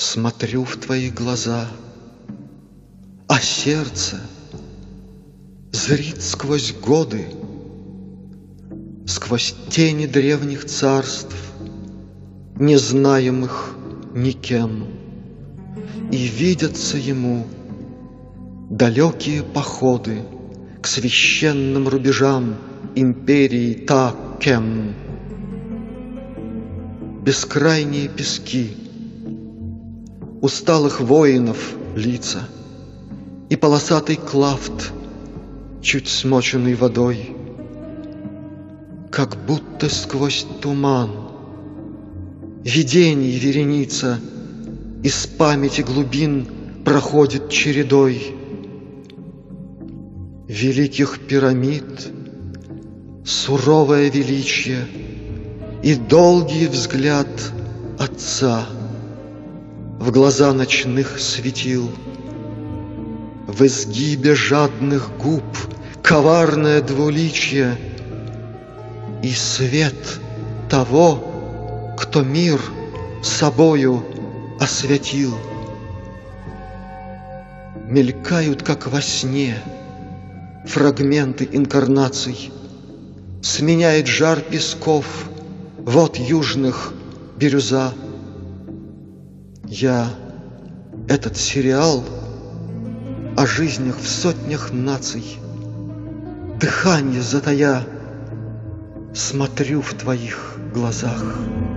Смотрю в твои глаза, а сердце зрит сквозь годы, сквозь тени древних царств, не знаемых никем, и видятся ему далекие походы к священным рубежам империи Та-Кем. Бескрайние пески, усталых воинов лица и полосатый клафт, чуть смоченный водой, как будто сквозь туман видений вереница из памяти глубин проходит чередой великих пирамид, суровое величие и долгий взгляд Отца в глаза ночных светил, в изгибе жадных губ коварное двуличье и свет того, кто мир собою осветил. Мелькают, как во сне, фрагменты инкарнаций, сменяет жар песков вод южных бирюза. Я этот сериал о жизнях в сотнях наций, дыхание затая, смотрю в твоих глазах.